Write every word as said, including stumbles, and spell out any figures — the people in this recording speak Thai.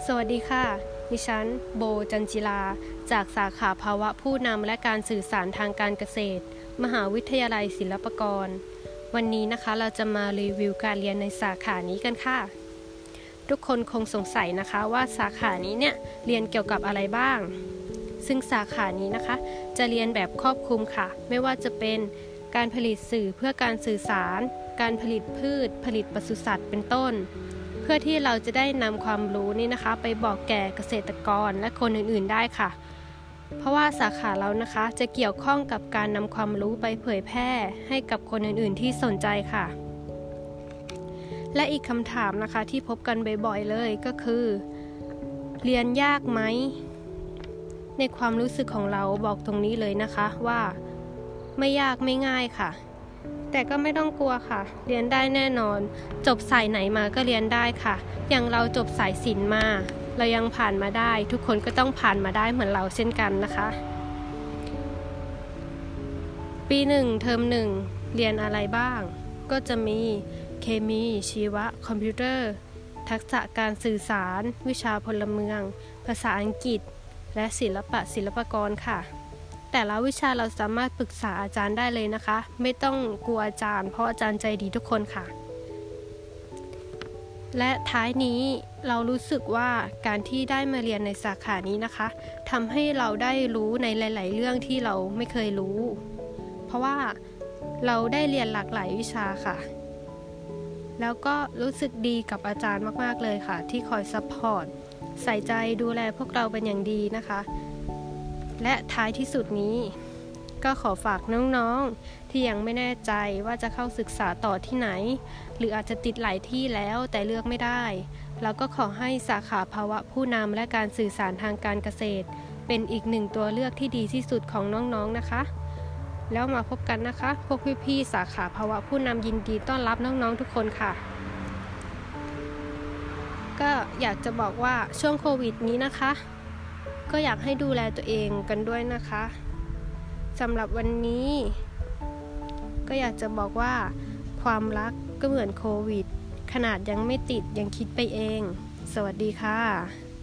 สวัสดีค่ะดิฉันโบจันจิลาจากสาขาภาวะผู้นำและการสื่อสารทางการเกษตรมหาวิทยาลัยศิลปากรวันนี้นะคะเราจะมารีวิวการเรียนในสาขานี้กันค่ะทุกคนคงสงสัยนะคะว่าสาขานี้เนี่ยเรียนเกี่ยวกับอะไรบ้างซึ่งสาขานี้นะคะจะเรียนแบบครอบคลุมค่ะไม่ว่าจะเป็นการผลิตสื่อเพื่อการสื่อสารการผลิตพืชผลิตปศุสัตว์เป็นต้นเพื่อที่เราจะได้นำความรู้นี้นะคะไปบอกแก่เกษตรกรและคนอื่นๆได้ค่ะเพราะว่าสาขาเรานะคะจะเกี่ยวข้องกับการนำความรู้ไปเผยแพร่ให้กับคนอื่นๆที่สนใจค่ะและอีกคำถามนะคะที่พบกันบ่อยๆเลยก็คือเรียนยากไหมในความรู้สึกของเราบอกตรงนี้เลยนะคะว่าไม่ยากไม่ง่ายค่ะแต่ก็ไม่ต้องกลัวค่ะเรียนได้แน่นอนจบสายไหนมาก็เรียนได้ค่ะอย่างเราจบสายศิลป์มาเรายังผ่านมาได้ทุกคนก็ต้องผ่านมาได้เหมือนเราเช่นกันนะคะปีหนึ่งเทอมหนึ่งเรียนอะไรบ้างก็จะมีเคมีชีวะคอมพิวเตอร์ทักษะการสื่อสารวิชาพลเมืองภาษาอังกฤษและศิลปะศิลปากรค่ะแต่ละวิชาเราสามารถปรึกษาอาจารย์ได้เลยนะคะไม่ต้องกลัวอาจารย์เพราะอาจารย์ใจดีทุกคนค่ะและท้ายนี้เรารู้สึกว่าการที่ได้มาเรียนในสาขานี้นะคะทำให้เราได้รู้ในหลายๆเรื่องที่เราไม่เคยรู้เพราะว่าเราได้เรียนหลากหลายวิชาค่ะแล้วก็รู้สึกดีกับอาจารย์มากๆเลยค่ะที่คอยซัพพอร์ตใส่ใจดูแลพวกเราเป็นอย่างดีนะคะและท้ายที่สุดนี้ก็ขอฝากน้องๆที่ยังไม่แน่ใจว่าจะเข้าศึกษาต่อที่ไหนหรืออาจจะติดหลายที่แล้วแต่เลือกไม่ได้แล้วก็ขอให้สาขาภาวะผู้นำและการสื่อสารทางการเกษตรเป็นอีกหนึ่งตัวเลือกที่ดีที่สุดของน้องๆนะคะแล้วมาพบกันนะคะพวกพี่ๆสาขาภาวะผู้นำยินดีต้อนรับน้องๆทุกคนค่ะก็อยากจะบอกว่าช่วงโควิดนี้นะคะก็อยากให้ดูแลตัวเองกันด้วยนะคะสำหรับวันนี้ก็อยากจะบอกว่าความรักก็เหมือนโควิดขนาดยังไม่ติดยังคิดไปเองสวัสดีค่ะ